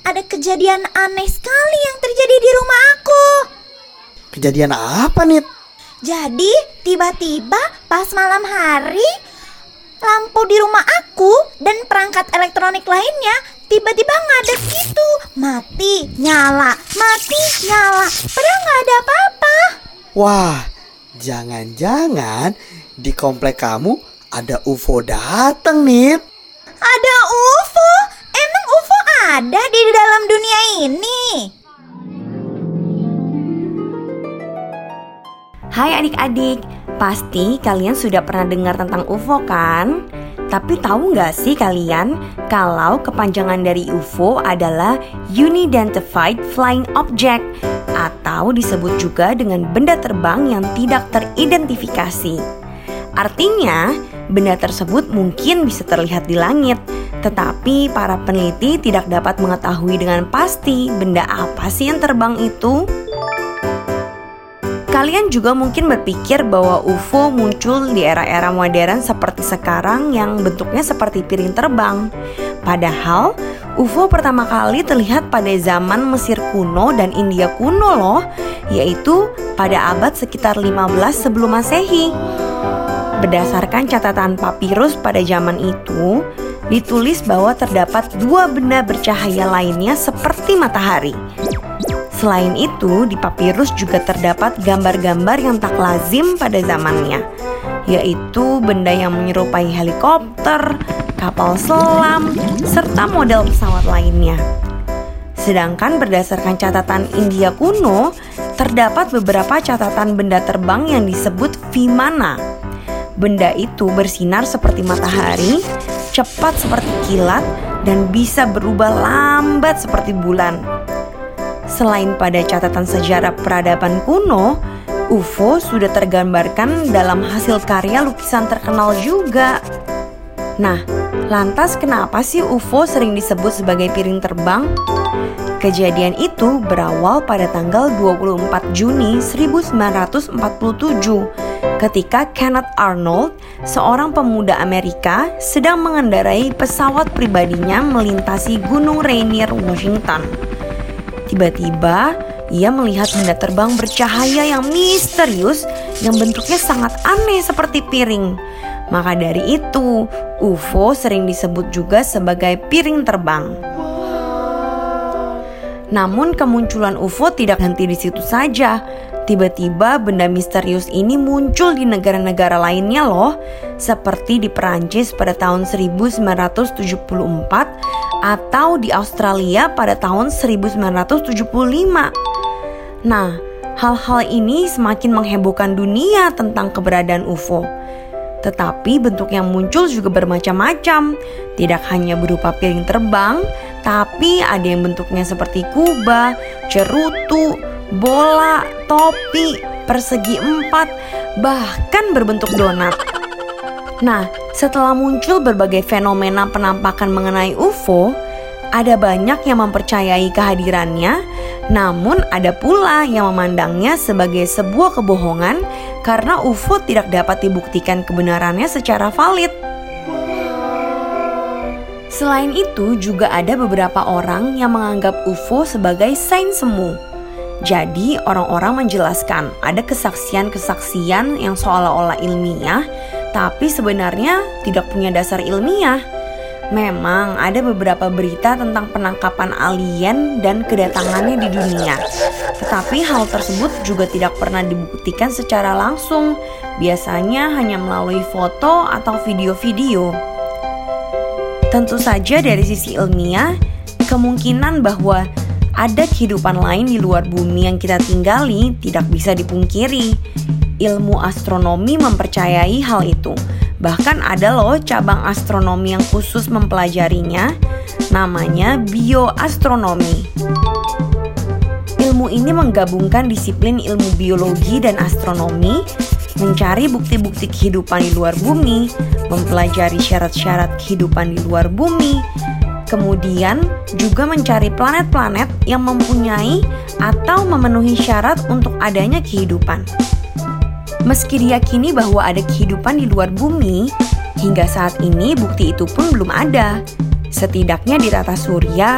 ada kejadian aneh sekali yang terjadi di rumah aku. Kejadian apa, Nit? Jadi tiba-tiba pas malam hari, lampu di rumah aku dan perangkat elektronik lainnya tiba-tiba ngadep gitu. Mati, nyala, mati, nyala. Padahal nggak ada apa-apa. Wah, jangan-jangan di komplek kamu ada UFO datang, Nit. Ada UFO? Emang UFO ada di dalam dunia ini? Hai adik-adik, pasti kalian sudah pernah dengar tentang UFO kan? Tapi tahu nggak sih kalian kalau kepanjangan dari UFO adalah Unidentified Flying Object, atau disebut juga dengan benda terbang yang tidak teridentifikasi. Artinya, benda tersebut mungkin bisa terlihat di langit, tetapi para peneliti tidak dapat mengetahui dengan pasti benda apa sih yang terbang itu. Kalian juga mungkin berpikir bahwa UFO muncul di era-era modern seperti sekarang yang bentuknya seperti piring terbang. Padahal UFO pertama kali terlihat pada zaman Mesir kuno dan India kuno loh, yaitu pada abad sekitar 15 sebelum Masehi. Berdasarkan catatan papirus pada zaman itu, ditulis bahwa terdapat dua benda bercahaya lainnya seperti matahari. Selain itu, di papirus juga terdapat gambar-gambar yang tak lazim pada zamannya, yaitu benda yang menyerupai helikopter, kapal selam, serta model pesawat lainnya. Sedangkan berdasarkan catatan India kuno, terdapat beberapa catatan benda terbang yang disebut Vimana. Benda itu bersinar seperti matahari, cepat seperti kilat, dan bisa berubah lambat seperti bulan. Selain pada catatan sejarah peradaban kuno, UFO sudah tergambarkan dalam hasil karya lukisan terkenal juga. Nah, lantas kenapa sih UFO sering disebut sebagai piring terbang? Kejadian itu berawal pada tanggal 24 Juni 1947 ketika Kenneth Arnold, seorang pemuda Amerika, sedang mengendarai pesawat pribadinya melintasi Gunung Rainier, Washington. Tiba-tiba, ia melihat benda terbang bercahaya yang misterius yang bentuknya sangat aneh seperti piring. Maka dari itu, UFO sering disebut juga sebagai piring terbang. Namun kemunculan UFO tidak henti di situ saja. Tiba-tiba benda misterius ini muncul di negara-negara lainnya loh, seperti di Perancis pada tahun 1974 atau di Australia pada tahun 1975. Nah, hal-hal ini semakin menghebohkan dunia tentang keberadaan UFO. Tetapi bentuk yang muncul juga bermacam-macam. Tidak hanya berupa piring terbang, tapi ada yang bentuknya seperti kubah, cerutu, bola, topi, persegi empat, bahkan berbentuk donat. Nah, setelah muncul berbagai fenomena penampakan mengenai UFO, ada banyak yang mempercayai kehadirannya, namun ada pula yang memandangnya sebagai sebuah kebohongan karena UFO tidak dapat dibuktikan kebenarannya secara valid. Selain itu, juga ada beberapa orang yang menganggap UFO sebagai sains semu. Jadi, orang-orang menjelaskan ada kesaksian-kesaksian yang seolah-olah ilmiah, tapi sebenarnya tidak punya dasar ilmiah. Memang ada beberapa berita tentang penangkapan alien dan kedatangannya di dunia. Tetapi hal tersebut juga tidak pernah dibuktikan secara langsung. Biasanya hanya melalui foto atau video-video. Tentu saja dari sisi ilmiah, kemungkinan bahwa ada kehidupan lain di luar bumi yang kita tinggali tidak bisa dipungkiri. Ilmu astronomi mempercayai hal itu. Bahkan ada loh cabang astronomi yang khusus mempelajarinya, namanya bioastronomi. Ilmu ini menggabungkan disiplin ilmu biologi dan astronomi, mencari bukti-bukti kehidupan di luar bumi, mempelajari syarat-syarat kehidupan di luar bumi, kemudian juga mencari planet-planet yang mempunyai atau memenuhi syarat untuk adanya kehidupan. Meski diyakini bahwa ada kehidupan di luar bumi, hingga saat ini bukti itu pun belum ada. Setidaknya di tata surya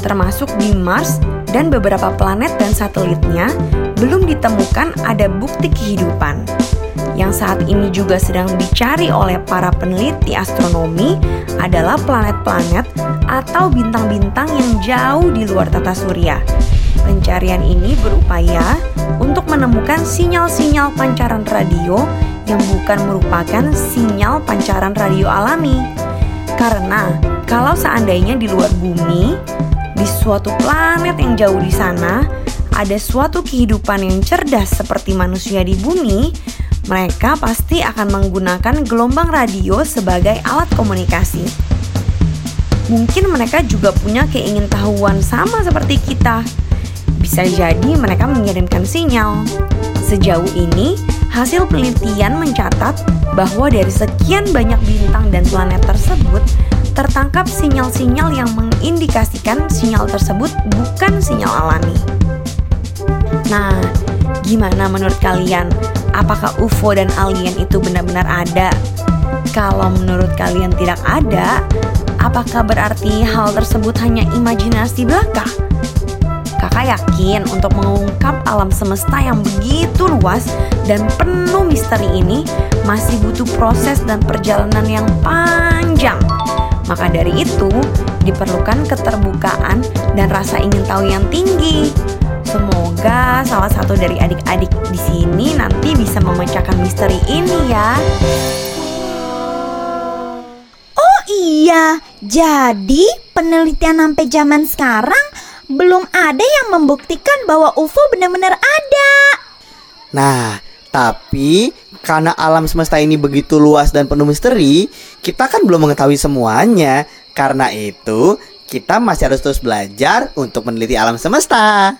termasuk di Mars dan beberapa planet dan satelitnya, belum ditemukan ada bukti kehidupan. Yang saat ini juga sedang dicari oleh para peneliti astronomi adalah planet-planet atau bintang-bintang yang jauh di luar tata surya. Pencarian ini berupaya untuk menemukan sinyal-sinyal pancaran radio yang bukan merupakan sinyal pancaran radio alami. Karena kalau seandainya di luar bumi, di suatu planet yang jauh di sana, ada suatu kehidupan yang cerdas seperti manusia di bumi, mereka pasti akan menggunakan gelombang radio sebagai alat komunikasi. Mungkin mereka juga punya keingintahuan sama seperti kita. Bisa jadi mereka mengirimkan sinyal. Sejauh ini, hasil penelitian mencatat bahwa dari sekian banyak bintang dan planet tersebut, tertangkap sinyal-sinyal yang mengindikasikan sinyal tersebut bukan sinyal alami. Nah, gimana menurut kalian? Apakah UFO dan alien itu benar-benar ada? Kalau menurut kalian tidak ada, apakah berarti hal tersebut hanya imajinasi belaka? Kakak yakin untuk mengungkap alam semesta yang begitu luas dan penuh misteri ini masih butuh proses dan perjalanan yang panjang. Maka dari itu, diperlukan keterbukaan dan rasa ingin tahu yang tinggi. Semoga salah satu dari adik-adik di sini nanti bisa memecahkan misteri ini ya. Oh iya, jadi penelitian sampai zaman sekarang belum ada yang membuktikan bahwa UFO benar-benar ada. Nah, tapi karena alam semesta ini begitu luas dan penuh misteri, kita kan belum mengetahui semuanya. Karena itu, kita masih harus terus belajar untuk meneliti alam semesta.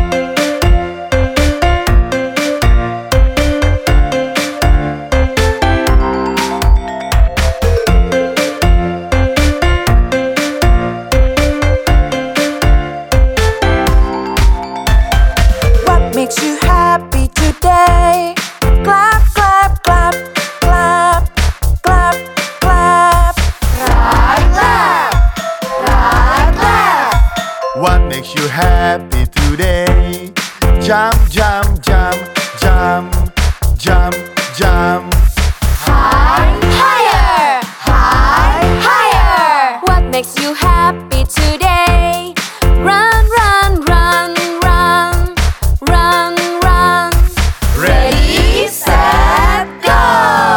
Makes you happy today. Clap, clap, clap, clap, clap, clap. Clap, clap, clap, clap. What makes you happy today? Jump, jump, jump, jump, jump, jump. High, higher, high, higher. What makes you happy today? Run, run, run, run, run, run. Ready, set, go.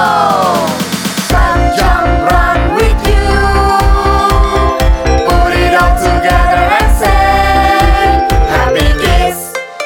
Jump, jump, run with you. Put it all together and say happy kids.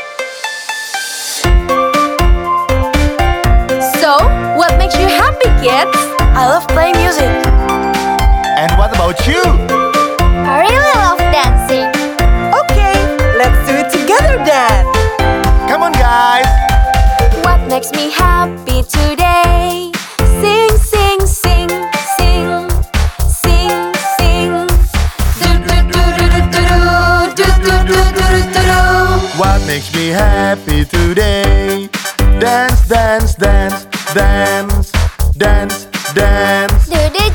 So, what makes you happy, kids? I love playing music. And what about you? I really love dancing. Okay, let's do it together then. Come on, guys. What makes me happy today? Sing, sing, sing, sing, sing, sing. Do do do do do do do do do do do do. What makes me happy today? Dance, dance, dance, dance, dance, dance. Do the